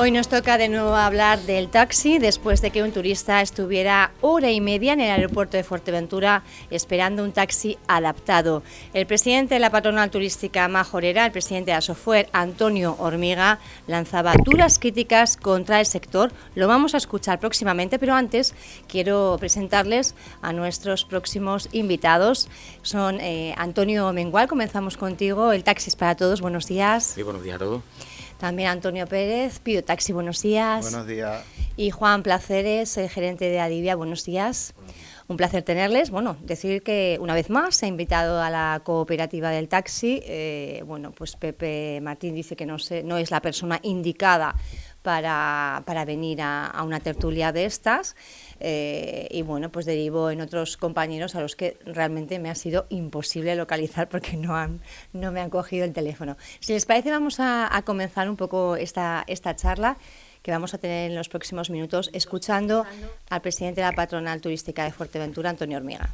Hoy nos toca de nuevo hablar del taxi después de que un turista estuviera hora y media en el aeropuerto de Fuerteventura esperando un taxi adaptado. El presidente de la patronal turística Majorera, el presidente de Asofuer, Antonio Hormiga, lanzaba duras críticas contra el sector. Lo vamos a escuchar próximamente, pero antes quiero presentarles a nuestros próximos invitados. Son Antonio Mengual, comenzamos contigo, el Taxis para Todos, buenos días. Sí, buenos días a todos. También Antonio Pérez, Pido Taxi, buenos días. Buenos días. Y Juan Placeres, el gerente de Adivia, buenos días. Un placer tenerles. Bueno, decir que una vez más se ha invitado a la cooperativa del taxi. Pues Pepe Martín dice que no es la persona indicada para venir a una tertulia de estas. Pues derivo en otros compañeros a los que realmente me ha sido imposible localizar porque no me han cogido el teléfono. Si les parece, vamos a comenzar un poco esta charla que vamos a tener en los próximos minutos escuchando al presidente de la patronal turística de Fuerteventura, Antonio Hormiga.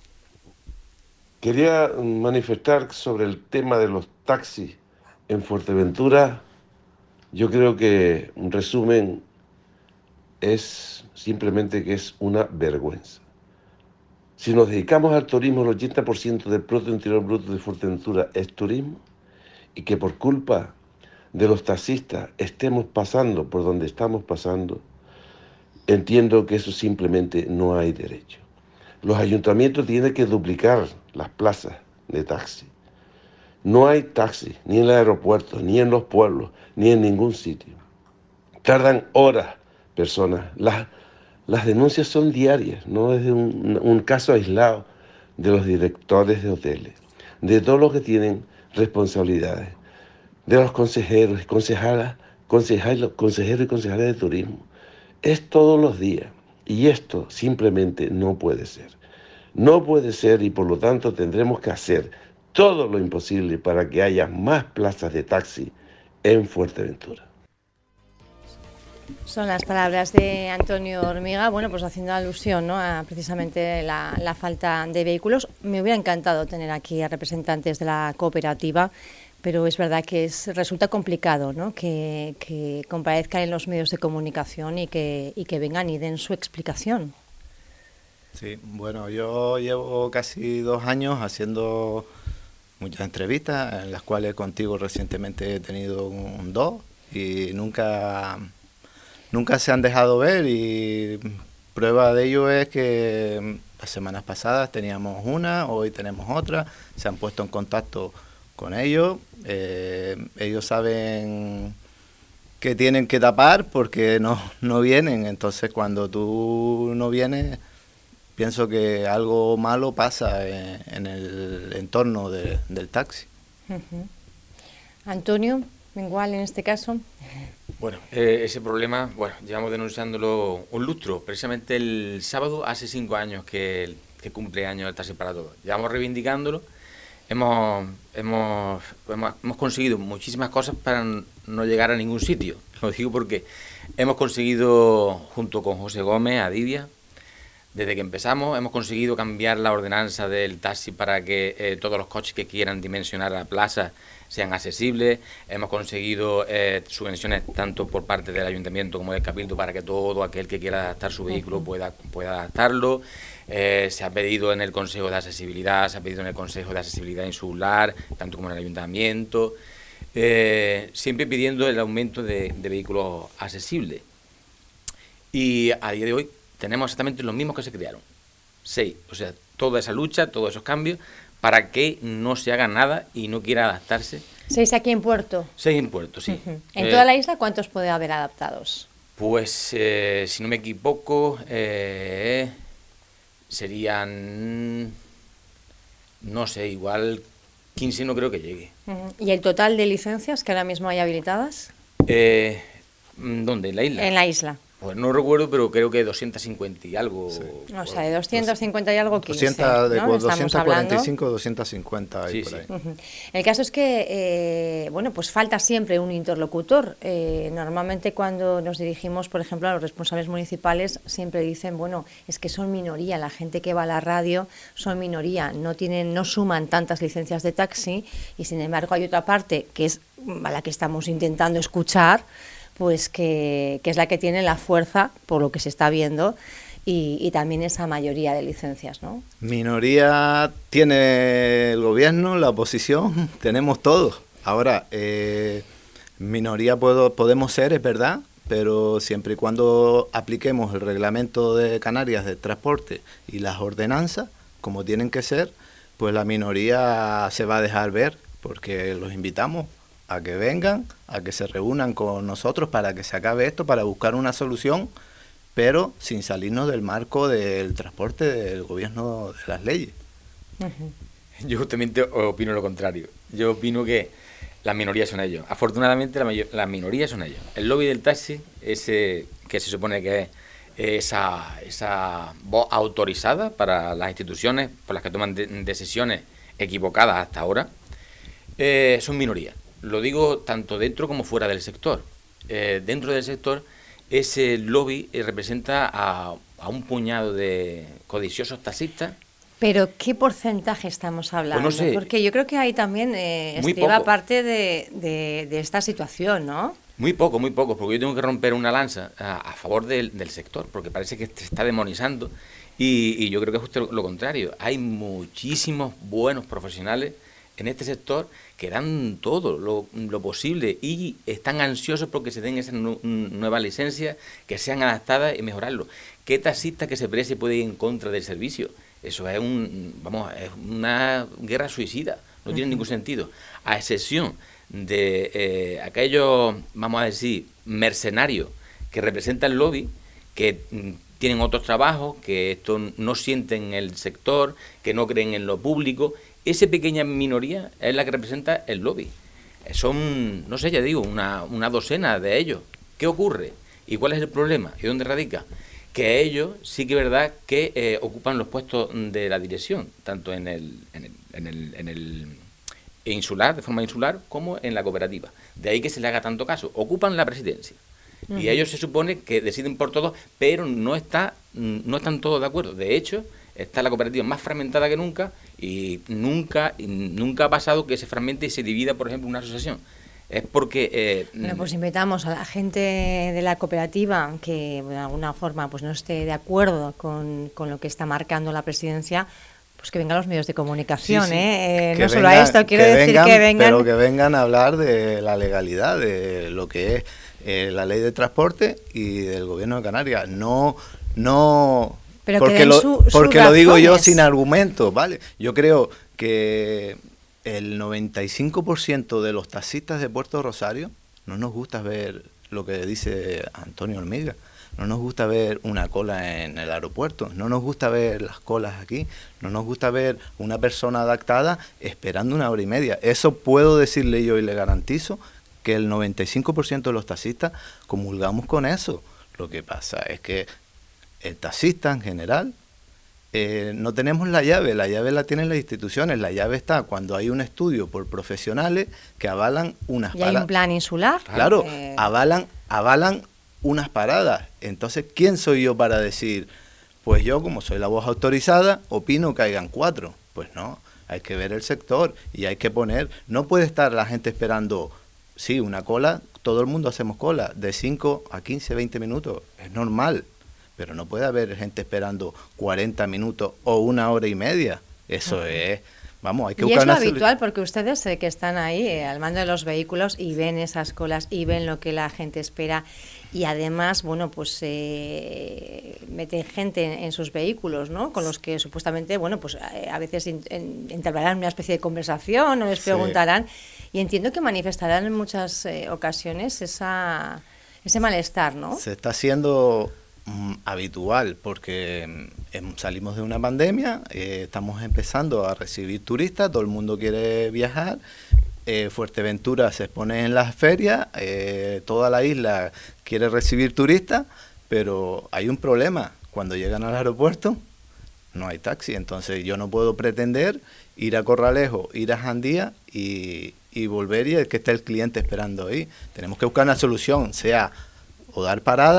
Quería manifestar sobre el tema de los taxis en Fuerteventura. Yo creo que un resumen es simplemente que es una vergüenza. Si nos dedicamos al turismo, el 80% del Producto Interior Bruto de Fuerteventura es turismo, y que por culpa de los taxistas estemos pasando por donde estamos pasando, entiendo que eso simplemente no hay derecho. Los ayuntamientos tienen que duplicar las plazas de taxi. No hay taxi, ni en el aeropuerto, ni en los pueblos, ni en ningún sitio. Tardan horas personas. Las denuncias son diarias, no es de un caso aislado de los directores de hoteles, de todos los que tienen responsabilidades, de los consejeros y consejeros y concejales de turismo. Es todos los días, y esto simplemente no puede ser. No puede ser, y por lo tanto tendremos que hacer todo lo imposible para que haya más plazas de taxi en Fuerteventura. Son las palabras de Antonio Hormiga, pues haciendo alusión, ¿no?, a precisamente la falta de vehículos. Me hubiera encantado tener aquí a representantes de la cooperativa, pero es verdad que resulta complicado, ¿no?, que comparezcan en los medios de comunicación y que vengan y den su explicación. Sí, bueno, yo llevo casi 2 años haciendo muchas entrevistas, en las cuales contigo recientemente he tenido 2 y nunca se han dejado ver, y prueba de ello es que las semanas pasadas teníamos una, hoy tenemos otra, se han puesto en contacto con ellos, ellos saben que tienen que tapar porque no vienen, entonces cuando tú no vienes, pienso que algo malo pasa en el entorno del taxi. Uh-huh. Antonio Mengual, en este caso. Bueno, ese problema, llevamos denunciándolo un lustro. Precisamente el sábado, hace 5 años que cumple años el Taxi para Todos. Llevamos reivindicándolo. Hemos conseguido muchísimas cosas para no llegar a ningún sitio. Lo digo porque hemos conseguido, junto con José Gómez, Adivia, desde que empezamos, hemos conseguido cambiar la ordenanza del taxi para que todos los coches que quieran dimensionar la plaza sean accesibles. Hemos conseguido subvenciones tanto por parte del ayuntamiento como del cabildo para que todo aquel que quiera adaptar su vehículo pueda adaptarlo. Se ha pedido en el Consejo de Accesibilidad, se ha pedido en el Consejo de Accesibilidad Insular, tanto como en el ayuntamiento, siempre pidiendo el aumento de vehículos accesibles. Y a día de hoy tenemos exactamente los mismos que se crearon. 6, o sea, toda esa lucha, todos esos cambios, para que no se haga nada y no quiera adaptarse. 6 aquí en Puerto. 6 en Puerto, sí. Uh-huh. ¿En toda la isla cuántos puede haber adaptados? Pues, si no me equivoco, serían, no sé, igual 15 no creo que llegue. Uh-huh. ¿Y el total de licencias que ahora mismo hay habilitadas? ¿Dónde? ¿En la isla? En la isla. Pues no recuerdo, pero creo que 250 y algo. Sí. O sea, de 250 y algo 15, 200, ¿no? 245, 250 ahí por ahí. Sí. Uh-huh. El caso es que, pues falta siempre un interlocutor. Normalmente cuando nos dirigimos, por ejemplo, a los responsables municipales, siempre dicen, es que son minoría, la gente que va a la radio son minoría, no suman tantas licencias de taxi, y sin embargo hay otra parte que es a la que estamos intentando escuchar, pues que es la que tiene la fuerza, por lo que se está viendo, y también esa mayoría de licencias, ¿no? Minoría tiene el gobierno, la oposición, tenemos todos. Ahora, minoría podemos ser, es verdad, pero siempre y cuando apliquemos el reglamento de Canarias de transporte y las ordenanzas, como tienen que ser, pues la minoría se va a dejar ver, porque los invitamos a que vengan, a que se reúnan con nosotros para que se acabe esto, para buscar una solución, pero sin salirnos del marco del transporte del gobierno de las leyes. Uh-huh. Yo justamente opino lo contrario. Yo opino que las minorías son ellos. Afortunadamente las minorías son ellos. El lobby del taxi, ese que se supone que es esa voz autorizada para las instituciones por las que toman decisiones equivocadas hasta ahora, son minorías. Lo digo tanto dentro como fuera del sector. Dentro del sector, ese lobby representa a un puñado de codiciosos taxistas. Pero ¿qué porcentaje estamos hablando? Pues no sé. Porque yo creo que ahí también estriba parte de esta situación, ¿no? Muy poco, porque yo tengo que romper una lanza a favor del sector, porque parece que se está demonizando, y yo creo que es justo lo contrario. Hay muchísimos buenos profesionales en este sector que dan todo lo posible y están ansiosos porque se den esas nuevas licencias, que sean adaptadas y mejorarlo. ¿Qué taxista que se precie puede ir en contra del servicio? Eso es es una guerra suicida, no tiene ningún sentido. A excepción de aquellos, vamos a decir, mercenarios que representan el lobby, que tienen otros trabajos, que esto no sienten el sector, que no creen en lo público. Esa pequeña minoría es la que representa el lobby. Son, no sé, ya digo, una docena de ellos. ¿Qué ocurre? ¿Y cuál es el problema? ¿Y dónde radica? Que ellos sí que es verdad que ocupan los puestos de la dirección, tanto en el insular, de forma insular, como en la cooperativa. De ahí que se le haga tanto caso. Ocupan la presidencia. Uh-huh. Y ellos se supone que deciden por todos, pero no están todos de acuerdo. De hecho, está la cooperativa más fragmentada que nunca, y nunca ha pasado que se fragmente y se divida, por ejemplo, una asociación. Es porque... Bueno, pues invitamos a la gente de la cooperativa que de alguna forma pues no esté de acuerdo con lo que está marcando la presidencia, pues que vengan los medios de comunicación, sí. No solo a esto, quiero decir que vengan... Pero que vengan a hablar de la legalidad, de lo que es la ley de transporte y del gobierno de Canarias. No pero porque lo digo yo sin argumentos, ¿vale? Yo creo que el 95% de los taxistas de Puerto Rosario no nos gusta ver lo que dice Antonio Hormiga, no nos gusta ver una cola en el aeropuerto, no nos gusta ver las colas aquí, no nos gusta ver una persona adaptada esperando 1 hora y media. Eso puedo decirle yo y le garantizo que el 95% de los taxistas comulgamos con eso. Lo que pasa es que el taxista en general no tenemos la llave la tienen las instituciones, la llave está cuando hay un estudio por profesionales que avalan unas paradas. ¿Y hay un plan insular? Claro, avalan unas paradas. Entonces, ¿quién soy yo para decir, pues yo como soy la voz autorizada, opino que hayan 4? Pues no, hay que ver el sector y hay que poner, no puede estar la gente esperando, sí, una cola, todo el mundo hacemos cola, de 5 a 15, 20 minutos, es normal. Pero no puede haber gente esperando 40 minutos o 1 hora y media. Eso es... Vamos, hay que buscar una solución. Y es lo habitual porque ustedes que están ahí al mando de los vehículos y ven esas colas y ven lo que la gente espera. Y además, bueno, pues meten gente en sus vehículos, ¿no? Con los que supuestamente, bueno, pues a veces entablarán una especie de conversación o les preguntarán. Y entiendo que manifestarán en muchas ocasiones ese malestar, ¿no? Se está haciendo... habitual porque salimos de una pandemia, estamos empezando a recibir turistas, todo el mundo quiere viajar, Fuerteventura se expone en las ferias, toda la isla quiere recibir turistas, pero hay un problema, cuando llegan al aeropuerto no hay taxi, entonces yo no puedo pretender ir a Corralejo, ir a Jandía y volver y que esté el cliente esperando ahí. Tenemos que buscar una solución, sea o dar parada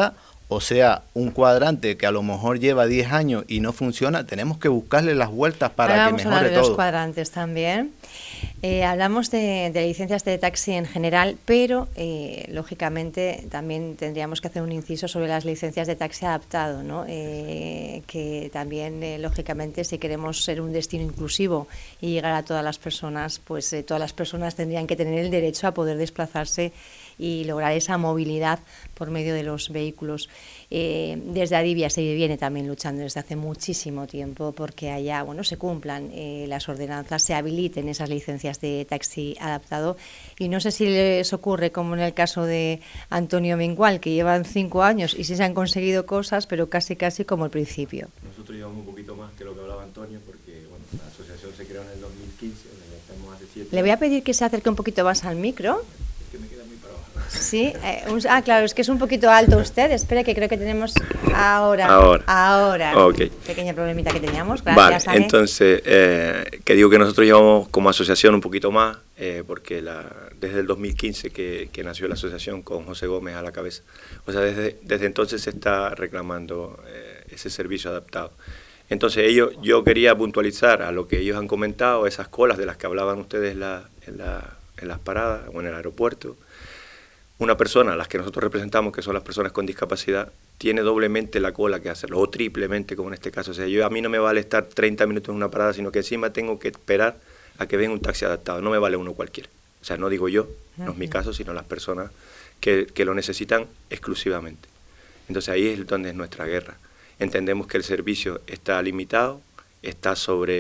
o sea, un cuadrante que a lo mejor lleva 10 años y no funciona, tenemos que buscarle las vueltas para que mejore todo. Vamos a hablar de los cuadrantes también. Hablamos de licencias de taxi en general, pero lógicamente también tendríamos que hacer un inciso sobre las licencias de taxi adaptado, ¿no? Que también, lógicamente, si queremos ser un destino inclusivo y llegar a todas las personas, pues todas las personas tendrían que tener el derecho a poder desplazarse y lograr esa movilidad por medio de los vehículos. Desde Adivia se viene también luchando desde hace muchísimo tiempo porque allá se cumplan las ordenanzas, se habiliten esas licencias de taxi adaptado, y no sé si les ocurre como en el caso de Antonio Mengual, que llevan 5 años y sí se han conseguido cosas, pero casi como al principio. Nosotros llevamos un poquito más que lo que hablaba Antonio, porque la asociación se creó en el 2015, estamos hace 7 años. Le voy a pedir que se acerque un poquito más al micro. Es que me queda muy para abajo. Sí, claro, es que es un poquito alto usted. Espere, que creo que tenemos ahora. Okay. Pequeña problemita que teníamos. Gracias, vale, entonces, que digo que nosotros llevamos como asociación un poquito más, porque desde el 2015 que nació la asociación con José Gómez a la cabeza. O sea, desde entonces se está reclamando ese servicio adaptado. Entonces, yo quería puntualizar a lo que ellos han comentado, esas colas de las que hablaban ustedes en las paradas o en el aeropuerto. Una persona, las que nosotros representamos, que son las personas con discapacidad, tiene doblemente la cola que hacerlo, o triplemente, como en este caso. O sea, a mí no me vale estar 30 minutos en una parada, sino que encima tengo que esperar a que venga un taxi adaptado. No me vale uno cualquiera. O sea, no digo yo, no es mi caso, sino las personas que lo necesitan exclusivamente. Entonces ahí es donde es nuestra guerra. Entendemos que el servicio está limitado, está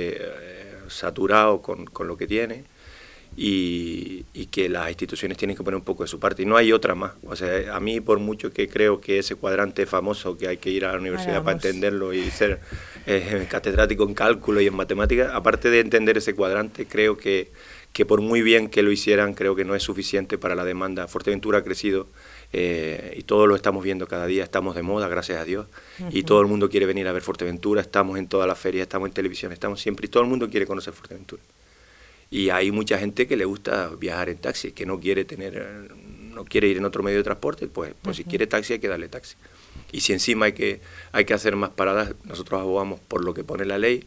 saturado con lo que tiene, y que las instituciones tienen que poner un poco de su parte, y no hay otra más. O sea, a mí, por mucho que creo que ese cuadrante famoso que hay que ir a la universidad para entenderlo y ser catedrático en cálculo y en matemáticas, aparte de entender ese cuadrante, creo que por muy bien que lo hicieran, creo que no es suficiente para la demanda. Fuerteventura ha crecido y todos lo estamos viendo cada día, estamos de moda, gracias a Dios, y todo el mundo quiere venir a ver Fuerteventura, estamos en todas las ferias, estamos en televisión, estamos siempre, y todo el mundo quiere conocer Fuerteventura. Y hay mucha gente que le gusta viajar en taxi, que no quiere ir en otro medio de transporte, pues si quiere taxi hay que darle taxi. Y si encima hay que hacer más paradas, nosotros abogamos por lo que pone la ley,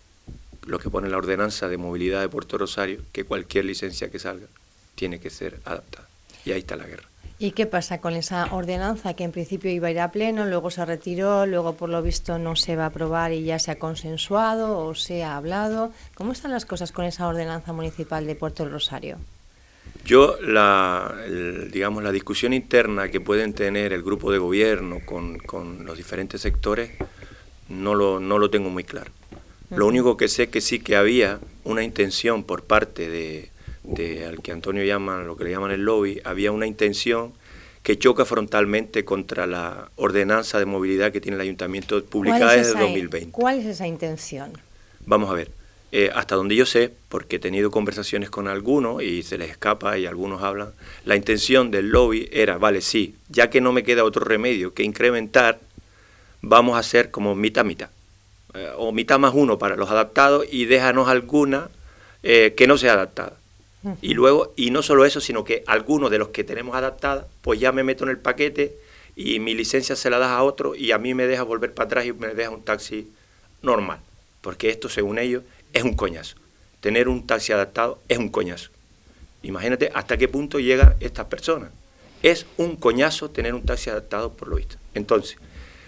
lo que pone la ordenanza de movilidad de Puerto Rosario, que cualquier licencia que salga tiene que ser adaptada. Y ahí está la guerra. ¿Y qué pasa con esa ordenanza que en principio iba a ir a pleno, luego se retiró, luego por lo visto no se va a aprobar y ya se ha consensuado o se ha hablado? ¿Cómo están las cosas con esa ordenanza municipal de Puerto Rosario? Yo, la discusión interna que pueden tener el grupo de gobierno con los diferentes sectores, no lo tengo muy claro. Lo único que sé que sí que había una intención por parte de al que Antonio llama, lo que le llaman el lobby, había una intención que choca frontalmente contra la ordenanza de movilidad que tiene el ayuntamiento publicada desde el 2020. ¿Cuál es esa intención? Vamos a ver, hasta donde yo sé, porque he tenido conversaciones con algunos y se les escapa y algunos hablan, la intención del lobby era, vale, sí, ya que no me queda otro remedio que incrementar, vamos a hacer como mitad-mitad, o mitad más uno para los adaptados y déjanos alguna que no sea adaptada. Y luego, y no solo eso, sino que algunos de los que tenemos adaptadas, pues ya me meto en el paquete y mi licencia se la das a otro y a mí me deja volver para atrás y me deja un taxi normal. Porque esto, según ellos, es un coñazo. Tener un taxi adaptado es un coñazo. Imagínate hasta qué punto llegan estas personas. Es un coñazo tener un taxi adaptado, por lo visto. Entonces,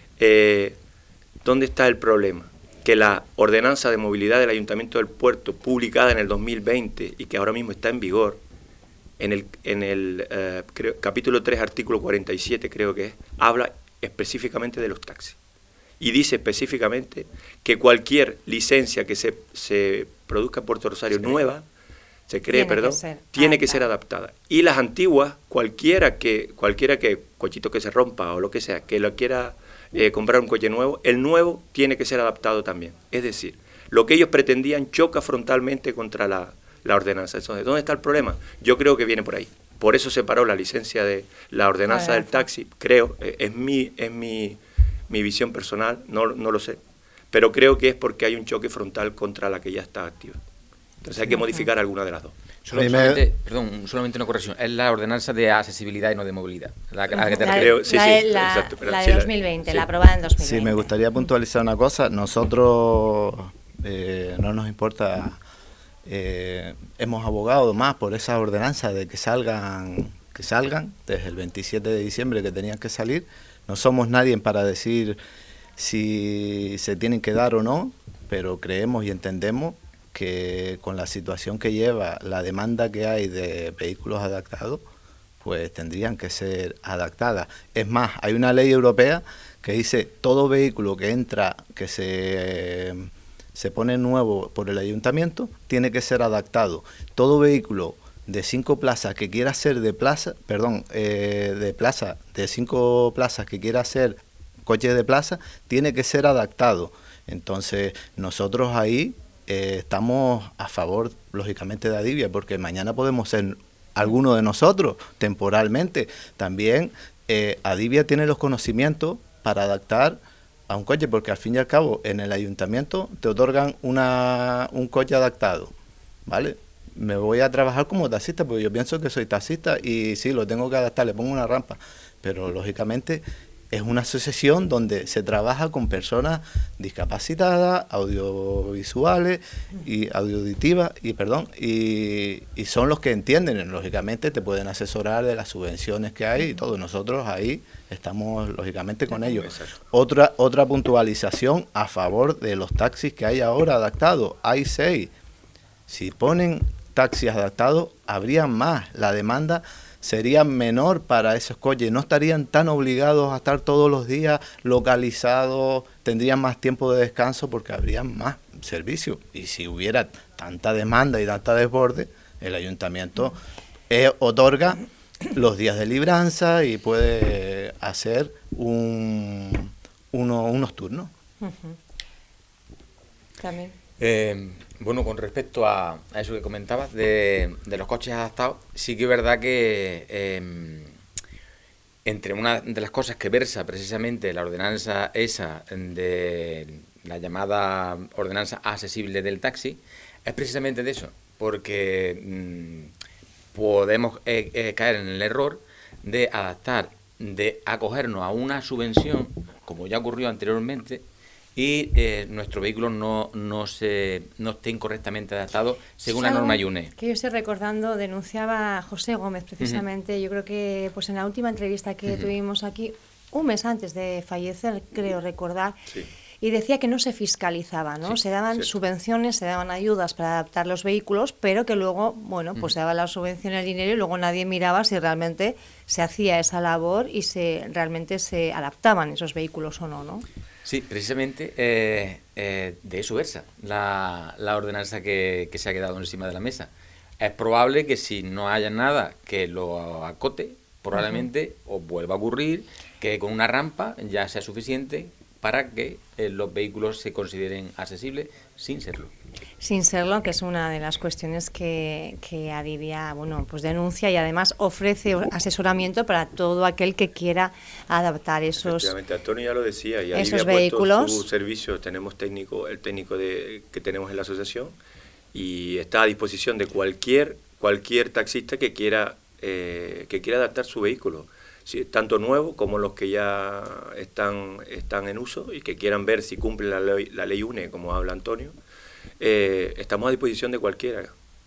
¿dónde está el problema? Que la ordenanza de movilidad del Ayuntamiento del Puerto, publicada en el 2020 y que ahora mismo está en vigor, en el capítulo 3, artículo 47 creo que es, habla específicamente de los taxis. Y dice específicamente que cualquier licencia que se produzca en Puerto Rosario nueva, tiene que ser adaptada. Y las antiguas, cualquiera que cochito que se rompa o lo que sea, que lo quiera comprar un coche nuevo, el nuevo tiene que ser adaptado también. Es decir, lo que ellos pretendían choca frontalmente contra la ordenanza. Entonces, ¿dónde está el problema? Yo creo que viene por ahí. Por eso se paró la licencia de la ordenanza del taxi, creo, es mi visión personal, no lo sé, pero creo que es porque hay un choque frontal contra la que ya está activa. Entonces hay que modificar alguna de las dos. Solamente una corrección. Es la ordenanza de accesibilidad y no de movilidad. La que te refieres. La de 2020, la aprobada en 2020. Sí, me gustaría puntualizar una cosa. Nosotros no nos importa, hemos abogado más por esa ordenanza de que salgan desde el 27 de diciembre que tenían que salir. No somos nadie para decir si se tienen que dar o no, pero creemos y entendemos que con la situación que lleva, la demanda que hay de vehículos adaptados, pues tendrían que ser adaptadas. Es más, hay una ley europea que dice todo vehículo que entra, que se pone nuevo por el ayuntamiento, tiene que ser adaptado. Todo vehículo de 5 plazas que quiera ser de 5 plazas que quiera ser coche de plaza, tiene que ser adaptado. Entonces, nosotros ahí estamos a favor, lógicamente, de Adivia, porque mañana podemos ser alguno de nosotros, temporalmente. También Adivia tiene los conocimientos para adaptar a un coche, porque al fin y al cabo, en el ayuntamiento te otorgan un coche adaptado, ¿vale? Me voy a trabajar como taxista, porque yo pienso que soy taxista y sí, lo tengo que adaptar, le pongo una rampa, pero lógicamente es una asociación donde se trabaja con personas discapacitadas, audiovisuales y auditivas, y son los que entienden. Lógicamente te pueden asesorar de las subvenciones que hay y todo. Nosotros ahí estamos lógicamente con ellos. Otra puntualización a favor de los taxis que hay ahora adaptados. Hay 6. Si ponen taxis adaptados, habría más. La demanda sería menor para esos coches, no estarían tan obligados a estar todos los días localizados, tendrían más tiempo de descanso porque habría más servicio. Y si hubiera tanta demanda y tanta desborde, el ayuntamiento otorga los días de libranza y puede hacer unos turnos. También. Bueno, con respecto a eso que comentabas de los coches adaptados, sí que es verdad que entre una de las cosas que versa precisamente la ordenanza esa de la llamada ordenanza accesible del taxi, es precisamente de eso, porque podemos caer en el error de adaptar, de acogernos a una subvención, como ya ocurrió anteriormente, y nuestro vehículo no esté incorrectamente adaptado según la norma IUNE. Que yo estoy recordando, denunciaba José Gómez precisamente, yo creo que pues en la última entrevista que tuvimos aquí, un mes antes de fallecer, creo recordar, y decía que no se fiscalizaba, ¿no? Se daban subvenciones, se daban ayudas para adaptar los vehículos, pero que luego, bueno, pues se daba la subvención, el dinero, y luego nadie miraba si realmente se hacía esa labor y realmente se adaptaban esos vehículos o no, ¿no? Sí, precisamente de eso versa la ordenanza que se ha quedado encima de la mesa. Es probable que si no haya nada que lo acote, probablemente os vuelva a ocurrir que con una rampa ya sea suficiente para que los vehículos se consideren accesibles sin serlo. Sin serlo, que es una de las cuestiones que Adivia, bueno, pues denuncia y además ofrece asesoramiento para todo aquel que quiera adaptar esos vehículos. Efectivamente, Antonio ya lo decía, y Adivia ha puesto su servicio, tenemos el técnico que tenemos en la asociación, y está a disposición de cualquier taxista que quiera adaptar su vehículo. Sí, tanto nuevos como los que ya están en uso y que quieran ver si cumple la ley UNE, como habla Antonio. Estamos a disposición de cualquiera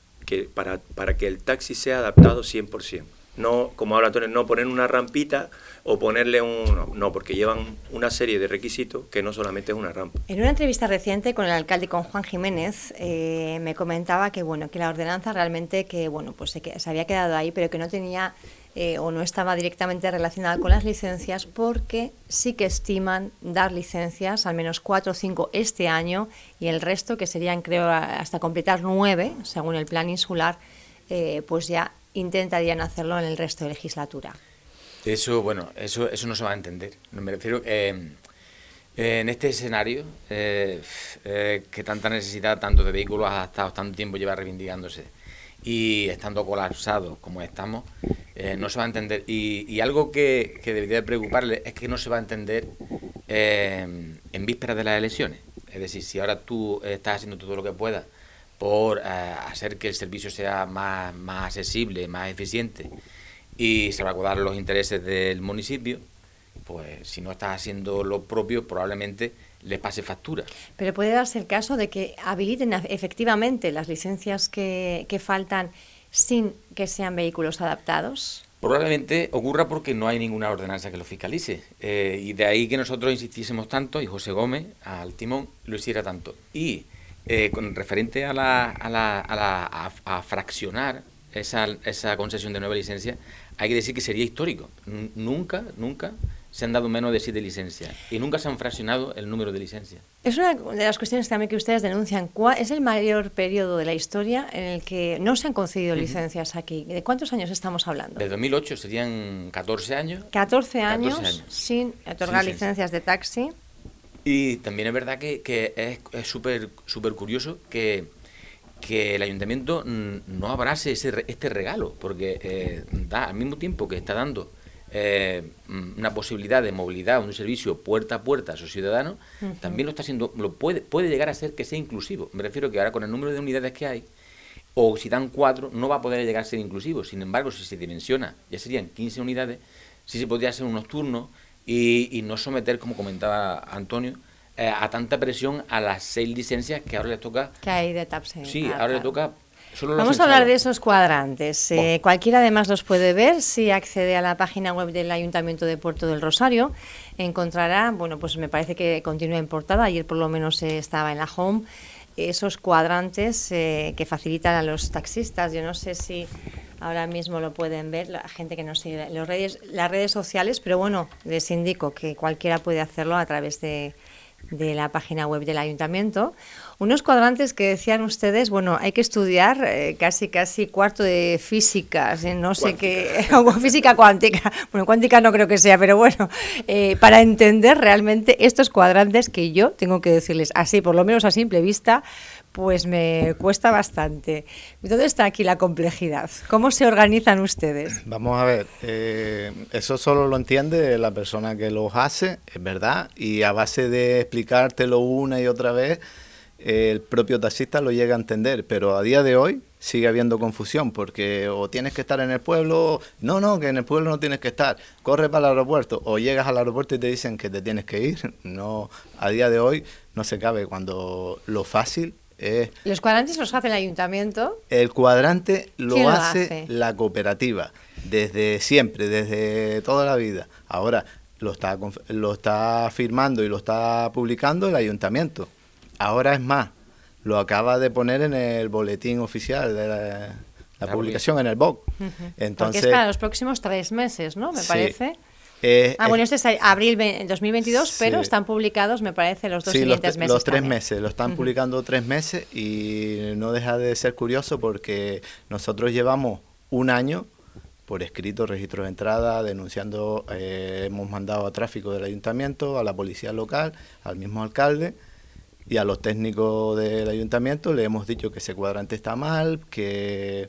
para que el taxi sea adaptado 100%. No, como habla Antonio, no poner una rampita o ponerle no, porque llevan una serie de requisitos que no solamente es una rampa. En una entrevista reciente con el alcalde, con Juan Jiménez, me comentaba que la ordenanza realmente pues se había quedado ahí, pero que no tenía o no estaba directamente relacionada con las licencias, porque sí que estiman dar licencias, al menos 4 o 5 este año, y el resto, que serían, creo, hasta completar 9, según el plan insular, pues ya intentarían hacerlo en el resto de legislatura. Eso no se va a entender. Me refiero en este escenario, que tanta necesidad tanto de vehículos adaptados, tanto tiempo lleva reivindicándose, y estando colapsados como estamos, no se va a entender. Y algo que debería de preocuparle es que no se va a entender en vísperas de las elecciones. Es decir, si ahora tú estás haciendo todo lo que puedas por hacer que el servicio sea más accesible, más eficiente y salvaguardar los intereses del municipio, pues si no estás haciendo lo propio, probablemente les pase factura. Pero puede darse el caso de que habiliten efectivamente las licencias que faltan sin que sean vehículos adaptados. Probablemente ocurra porque no hay ninguna ordenanza que lo fiscalice. Y de ahí que nosotros insistísemos tanto, y José Gómez, al timón, lo hiciera tanto. Y con referente a fraccionar esa concesión de nueva licencia, hay que decir que sería histórico. Nunca se han dado menos de 7 licencias y nunca se han fraccionado el número de licencias. Es una de las cuestiones también que ustedes denuncian. ¿Cuál es el mayor periodo de la historia en el que no se han concedido licencias aquí? ¿De cuántos años estamos hablando? De 2008 serían 14 años. 14 años sin otorgar licencias de taxi. Y también es verdad que es súper curioso que el ayuntamiento no abrace este regalo, porque da al mismo tiempo que está dando una posibilidad de movilidad, un servicio puerta a puerta a sus ciudadanos, también lo está haciendo, puede llegar a ser que sea inclusivo. Me refiero que ahora con el número de unidades que hay, o si dan 4, no va a poder llegar a ser inclusivo. Sin embargo, si se dimensiona, ya serían 15 unidades, sí se podría hacer unos turnos y no someter, como comentaba Antonio, a tanta presión a las 6 licencias que ahora les toca. Que hay de TAPSE. Sí, ahora le toca. Vamos a hablar de esos cuadrantes. Cualquiera además los puede ver si accede a la página web del Ayuntamiento de Puerto del Rosario. Encontrará, bueno, pues me parece que continúa en portada, ayer por lo menos estaba en la home, esos cuadrantes que facilitan a los taxistas. Yo no sé si ahora mismo lo pueden ver la gente que nos sigue en las redes sociales, pero bueno, les indico que cualquiera puede hacerlo a través de la página web del Ayuntamiento. Unos cuadrantes que decían ustedes, bueno, hay que estudiar casi cuarto de físicas, no sé qué, o física cuántica. Bueno, cuántica no creo que sea, pero bueno, para entender realmente estos cuadrantes que yo tengo que decirles así, por lo menos a simple vista, pues me cuesta bastante. ¿Dónde está aquí la complejidad? ¿Cómo se organizan ustedes? Vamos a ver, eso solo lo entiende la persona que los hace, es verdad, y a base de explicártelo una y otra vez, el propio taxista lo llega a entender, pero a día de hoy sigue habiendo confusión, porque o tienes que estar en el pueblo, no, que en el pueblo no tienes que estar, corre para el aeropuerto, o llegas al aeropuerto y te dicen que te tienes que ir. No, a día de hoy no se cabe, cuando lo fácil es... ¿Los cuadrantes los hace el ayuntamiento? El cuadrante lo hace la cooperativa, desde siempre, desde toda la vida. Ahora lo está firmando y lo está publicando el ayuntamiento. Ahora es más, lo acaba de poner en el boletín oficial de la publicación, en el BOC. Entonces, porque es para los próximos 3 meses, ¿no? Me parece. Bueno, este es abril 2022, sí, pero están publicados, me parece, los 2 siguientes meses. Los 3 meses, lo están publicando 3 meses y no deja de ser curioso porque nosotros llevamos 1 año por escrito, registro de entrada, denunciando, hemos mandado a tráfico del ayuntamiento, a la policía local, al mismo alcalde y a los técnicos del ayuntamiento le hemos dicho que ese cuadrante está mal, que...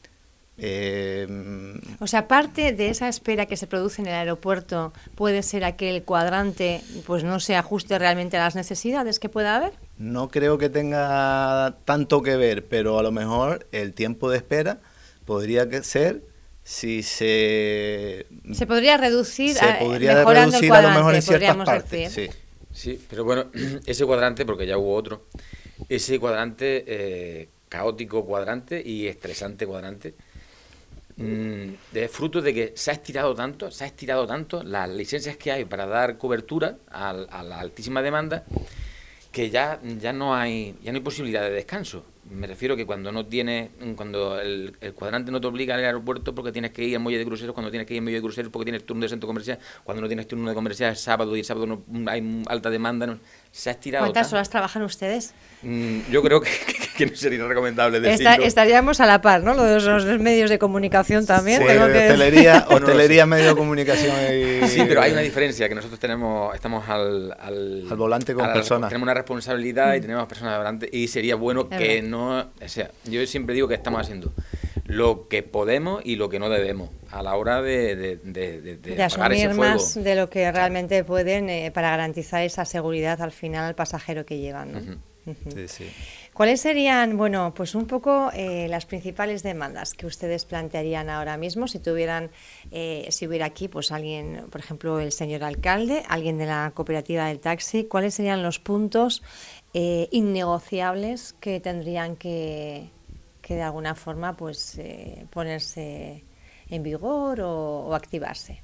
O sea, parte de esa espera que se produce en el aeropuerto puede ser a que el cuadrante pues no se ajuste realmente a las necesidades que pueda haber. No creo que tenga tanto que ver, pero a lo mejor el tiempo de espera podría ser si se podría reducir, mejorando el cuadrante, a lo mejor en ciertas partes. Decir. Sí, pero bueno, ese cuadrante, porque ya hubo otro, ese cuadrante caótico cuadrante y estresante cuadrante, es fruto de que se ha estirado tanto las licencias que hay para dar cobertura a la altísima demanda, que ya no hay posibilidad de descanso. Me refiero que cuando el cuadrante no te obliga al aeropuerto porque tienes que ir al muelle de cruceros, cuando tienes que ir al muelle de cruceros porque tienes turno de centro comercial, cuando no tienes turno de comercial es sábado y el sábado no hay alta demanda, se ha estirado. ¿Cuántas horas trabajan ustedes? Yo creo que no sería recomendable decirlo. Estaríamos a la par, ¿no? Los medios de comunicación también. Sí, hostelería, medio de comunicación. Sí, pero hay una diferencia, que nosotros estamos al volante con personas. Tenemos una responsabilidad y tenemos personas delante y sería bueno que no... O sea, yo siempre digo que estamos haciendo lo que podemos y lo que no debemos a la hora de apagar ese fuego. Más de lo que realmente pueden para garantizar esa seguridad al final al pasajero que llevan, ¿no? Sí, sí. ¿Cuáles serían, bueno, pues un poco las principales demandas que ustedes plantearían ahora mismo si tuvieran, si hubiera aquí, pues alguien, por ejemplo, el señor alcalde, alguien de la cooperativa del taxi? ¿Cuáles serían los puntos innegociables que tendrían que de alguna forma, pues ponerse en vigor o activarse?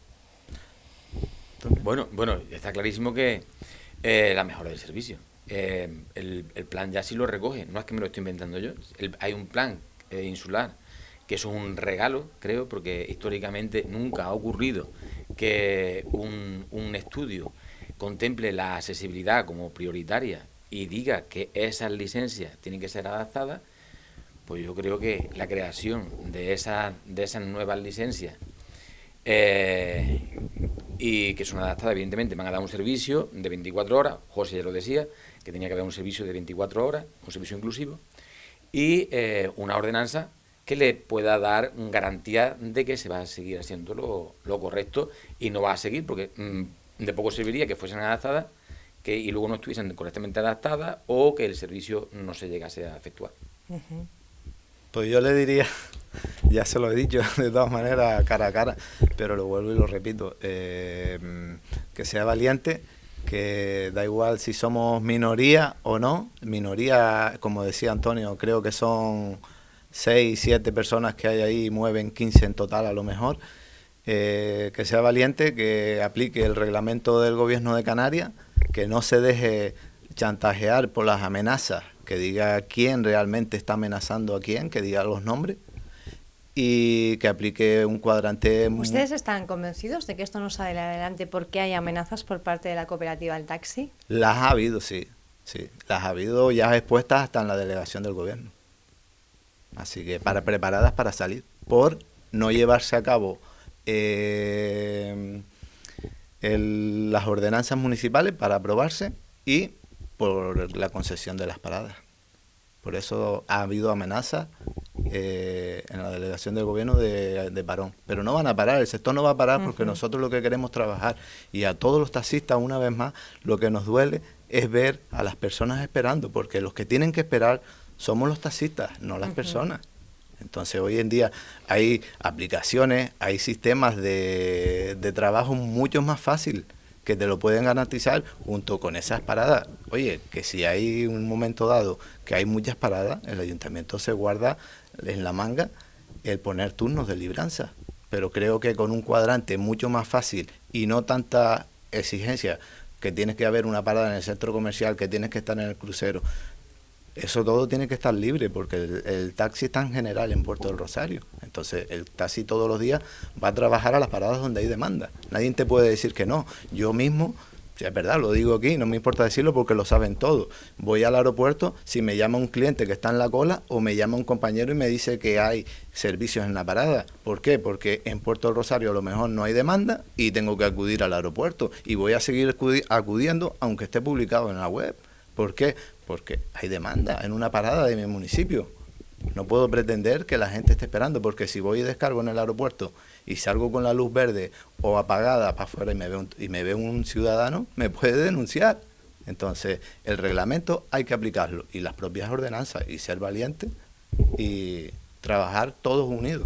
Bueno, está clarísimo que la mejora del servicio. El plan ya sí lo recoge, no es que me lo estoy inventando yo. Hay un plan insular, que es un regalo, creo, porque históricamente nunca ha ocurrido que un estudio contemple la accesibilidad como prioritaria y diga que esas licencias tienen que ser adaptadas. Pues yo creo que la creación de esas nuevas licencias y que son adaptadas, evidentemente, van a dar un servicio de 24 horas, José ya lo decía, que tenía que haber un servicio de 24 horas, un servicio inclusivo, y una ordenanza que le pueda dar garantía de que se va a seguir haciendo lo correcto y no va a seguir, porque de poco serviría que fuesen adaptadas y luego no estuviesen correctamente adaptadas o que el servicio no se llegase a efectuar. Uh-huh. Pues yo le diría, ya se lo he dicho de todas maneras cara a cara, pero lo vuelvo y lo repito, que sea valiente, que da igual si somos minoría o no. Minoría, como decía Antonio, creo que son 6, 7 personas que hay ahí, mueven 15 en total a lo mejor. Que sea valiente, que aplique el reglamento del Gobierno de Canarias, que no se deje chantajear por las amenazas, que diga quién realmente está amenazando a quién, que diga los nombres y que aplique un cuadrante. ¿Ustedes están convencidos de que esto no sale adelante porque hay amenazas por parte de la cooperativa del taxi? Las ha habido, sí. Las ha habido ya expuestas hasta en la delegación del Gobierno. Así que preparadas para salir, por no llevarse a cabo las ordenanzas municipales para aprobarse y por la concesión de las paradas. Por eso ha habido amenazas en la delegación del Gobierno de parón. Pero no van a parar, el sector no va a parar porque nosotros lo que queremos trabajar, y a todos los taxistas una vez más, lo que nos duele es ver a las personas esperando, porque los que tienen que esperar somos los taxistas, no las personas. Entonces hoy en día hay aplicaciones, hay sistemas de trabajo mucho más fácil que te lo pueden garantizar junto con esas paradas. Oye, que si hay un momento dado que hay muchas paradas, el ayuntamiento se guarda en la manga el poner turnos de libranza. Pero creo que con un cuadrante mucho más fácil y no tanta exigencia, que tienes que haber una parada en el centro comercial, que tienes que estar en el crucero, eso todo tiene que estar libre, porque el taxi está en general en Puerto del Rosario. Entonces el taxi todos los días va a trabajar a las paradas donde hay demanda. Nadie te puede decir que no. Yo mismo, si es verdad, lo digo aquí, no me importa decirlo porque lo saben todos. Voy al aeropuerto, si me llama un cliente que está en la cola o me llama un compañero y me dice que hay servicios en la parada. ¿Por qué? Porque en Puerto del Rosario a lo mejor no hay demanda y tengo que acudir al aeropuerto. Y voy a seguir acudiendo aunque esté publicado en la web. ¿Por qué? Porque hay demanda en una parada de mi municipio. No puedo pretender que la gente esté esperando, porque si voy y descargo en el aeropuerto y salgo con la luz verde o apagada para afuera y me ve un ciudadano, me puede denunciar. Entonces, el reglamento hay que aplicarlo y las propias ordenanzas, y ser valiente y trabajar todos unidos.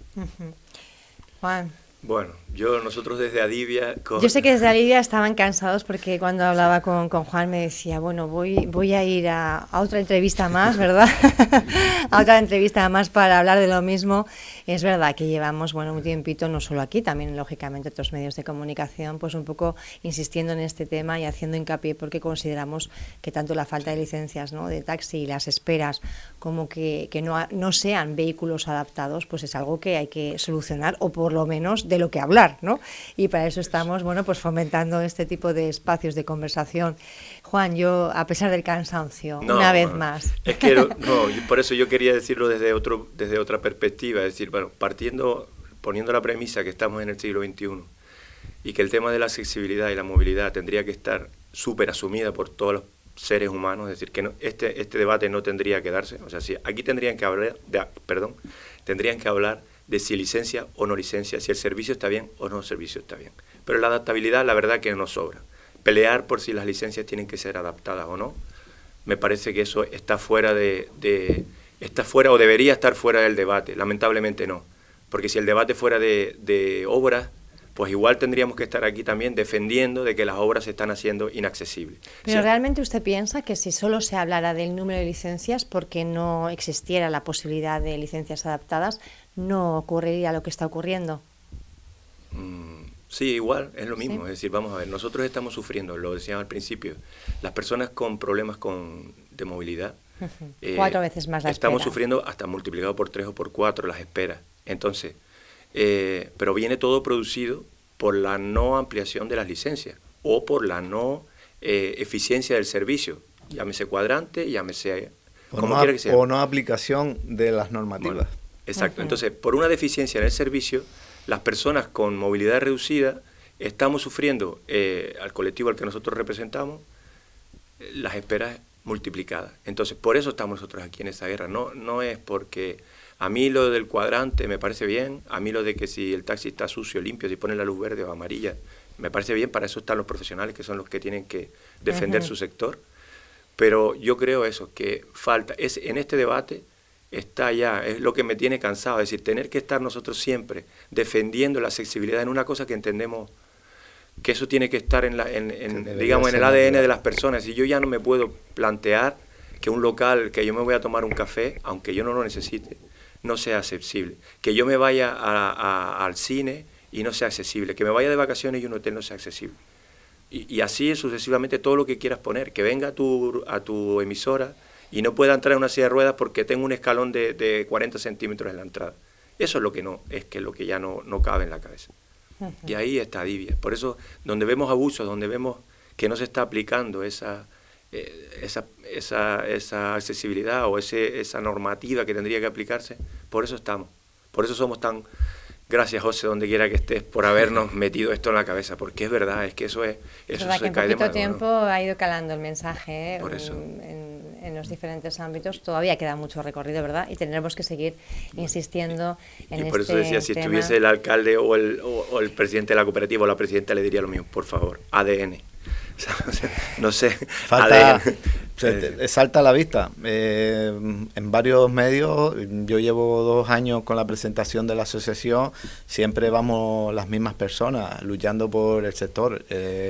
Juan. Bueno, nosotros desde Adivia... Yo sé que desde Adivia estaban cansados porque cuando hablaba con Juan me decía, bueno, voy a ir a otra entrevista más, ¿verdad? A otra entrevista más para hablar de lo mismo. Es verdad que llevamos, un tiempito, no solo aquí, también lógicamente otros medios de comunicación, pues un poco insistiendo en este tema y haciendo hincapié, porque consideramos que tanto la falta de licencias, ¿no?, de taxi y las esperas, como que no sean vehículos adaptados, pues es algo que hay que solucionar, o por lo menos de lo que hablar, ¿no? Y para eso estamos, pues fomentando este tipo de espacios de conversación. Juan, yo, a pesar del cansancio, una vez más. Es que por eso yo quería decirlo desde otra perspectiva, es decir, poniendo la premisa que estamos en el siglo XXI y que el tema de la accesibilidad y la movilidad tendría que estar súper asumida por todos los seres humanos, es decir, que este debate no tendría que darse. O sea, si aquí tendrían que hablar de si licencia o no licencia, si el servicio está bien o no el servicio está bien. Pero la adaptabilidad, la verdad que no sobra. Pelear por si las licencias tienen que ser adaptadas o no, me parece que eso está fuera está fuera o debería estar fuera del debate. Lamentablemente no, porque si el debate fuera de obras, pues igual tendríamos que estar aquí también defendiendo de que las obras se están haciendo inaccesibles. Pero ¿realmente usted piensa que si solo se hablara del número de licencias, porque no existiera la posibilidad de licencias adaptadas, no ocurriría lo que está ocurriendo? Sí, igual, es lo mismo. ¿Sí? Es decir, vamos a ver, nosotros estamos sufriendo, lo decíamos al principio, las personas con problemas de movilidad, 4 veces más la estamos espera. sufriendo hasta multiplicado por 3 o por 4 las esperas. Entonces, pero viene todo producido por la no ampliación de las licencias o por la no eficiencia del servicio, llámese cuadrante, llámese como quiera que sea. O no aplicación de las normativas. Bueno, exacto. Entonces, por una deficiencia en el servicio, las personas con movilidad reducida estamos sufriendo, al colectivo al que nosotros representamos, las esperas multiplicadas. Entonces, por eso estamos nosotros aquí en esa guerra. No es porque a mí lo del cuadrante me parece bien, a mí lo de que si el taxi está sucio, limpio, si pone la luz verde o amarilla, me parece bien, para eso están los profesionales que son los que tienen que defender su sector. Pero yo creo eso, que falta, en este debate está ya, es lo que me tiene cansado, es decir, tener que estar nosotros siempre defendiendo la accesibilidad en una cosa que entendemos que eso tiene que estar digamos, en el ADN de las personas. Y yo ya no me puedo plantear que un local que yo me voy a tomar un café, aunque yo no lo necesite, no sea accesible. Que yo me vaya al cine y no sea accesible. Que me vaya de vacaciones y un hotel no sea accesible. Y así sucesivamente todo lo que quieras poner. Que venga a tu emisora y no pueda entrar en una silla de ruedas porque tengo un escalón de 40 centímetros en la entrada. Eso es lo que lo que ya no cabe en la cabeza. Y ahí está Adivia. Por eso, donde vemos abusos, donde vemos que no se está aplicando esa accesibilidad o esa normativa que tendría que aplicarse, por eso estamos. Por eso somos tan... Gracias, José, donde quiera que estés, por habernos metido esto en la cabeza, porque es verdad, es que eso se cae de en poquito tiempo ha ido calando el mensaje por eso. En los diferentes ámbitos. Todavía queda mucho recorrido, ¿verdad? Y tendremos que seguir insistiendo en este tema. Y por eso decía, si estuviese el alcalde o el presidente de la cooperativa o la presidenta, le diría lo mismo, por favor, ADN. No sé, Falta, ADN. Salta a la vista. En varios medios, yo llevo 2 años con la presentación de la asociación, siempre vamos las mismas personas luchando por el sector.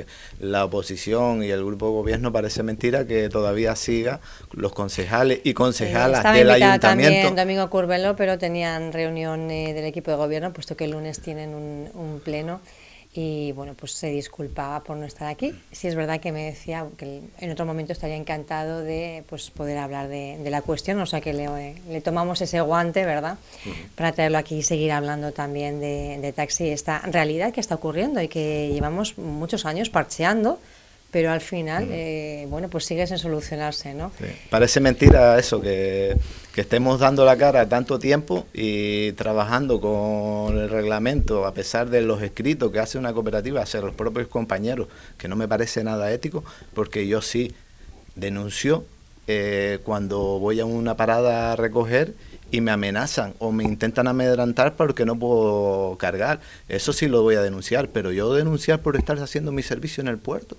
La oposición y el grupo de gobierno parece mentira que todavía siga los concejales y concejalas del ayuntamiento. También Domingo Curvelo, pero tenían reunión del equipo de gobierno, puesto que el lunes tienen un pleno. Y bueno, pues se disculpaba por no estar aquí. Sí es verdad que me decía que en otro momento estaría encantado de pues poder hablar de la cuestión, o sea que le tomamos ese guante, ¿verdad? Para traerlo aquí y seguir hablando también de taxi, esta realidad que está ocurriendo y que llevamos muchos años parcheando, pero al final, bueno, pues sigue sin solucionarse, ¿no? Sí. Parece mentira eso, que estemos dando la cara tanto tiempo y trabajando con el reglamento, a pesar de los escritos que hace una cooperativa, hacer los propios compañeros, que no me parece nada ético, porque yo sí denuncio cuando voy a una parada a recoger y me amenazan o me intentan amedrentar porque no puedo cargar. Eso sí lo voy a denunciar, pero yo denunciar por estar haciendo mi servicio en el puerto,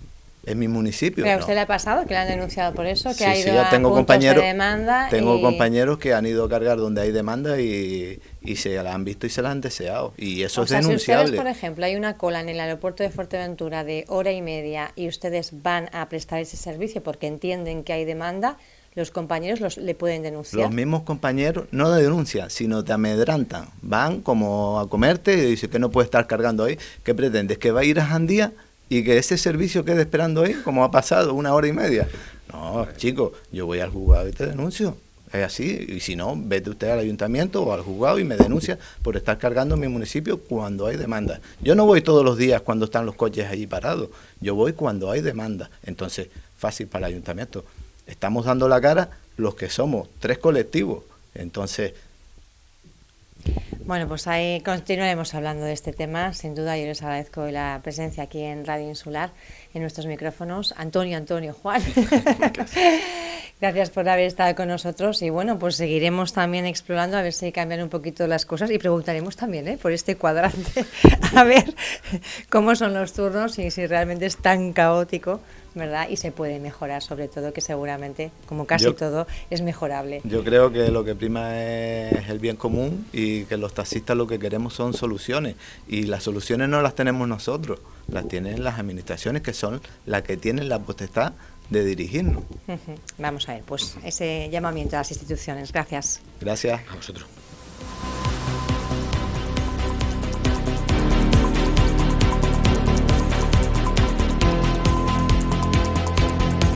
en mi municipio. ¿Pero a usted le ha pasado que le han denunciado por eso? ¿Que ha ido yo tengo compañeros, de demanda? Tengo compañeros que han ido a cargar donde hay demanda y se la han visto y se la han deseado. Y eso es denunciable. Si ustedes, por ejemplo, hay una cola en el aeropuerto de Fuerteventura de 1:30 y ustedes van a prestar ese servicio porque entienden que hay demanda, los compañeros le pueden denunciar. Los mismos compañeros no denuncian, sino te amedrantan. Van como a comerte y dicen que no puedes estar cargando ahí. ¿Qué pretendes? ¿Que va a ir a Jandía y que ese servicio quede esperando ahí, como ha pasado 1:30? No, chicos, yo voy al juzgado y te denuncio. Es así, y si no, vete usted al ayuntamiento o al juzgado y me denuncia por estar cargando en mi municipio cuando hay demanda. Yo no voy todos los días cuando están los coches allí parados, yo voy cuando hay demanda. Entonces, fácil para el ayuntamiento. Estamos dando la cara los que somos 3 colectivos. Entonces... Bueno, pues ahí continuaremos hablando de este tema. Sin duda, yo les agradezco la presencia aquí en Radio Insular, en nuestros micrófonos. Antonio, Juan, Gracias por haber estado con nosotros y bueno, pues seguiremos también explorando a ver si cambian un poquito las cosas y preguntaremos también por este cuadrante a ver cómo son los turnos y si realmente es tan caótico, ¿verdad? Y se puede mejorar, sobre todo, que seguramente, como casi todo, es mejorable. Yo creo que lo que prima es el bien común y que los taxistas lo que queremos son soluciones y las soluciones no las tenemos nosotros, las tienen las administraciones que son las que tienen la potestad de dirigirnos. Vamos a ver, pues ese llamamiento a las instituciones. Gracias. Gracias. A vosotros.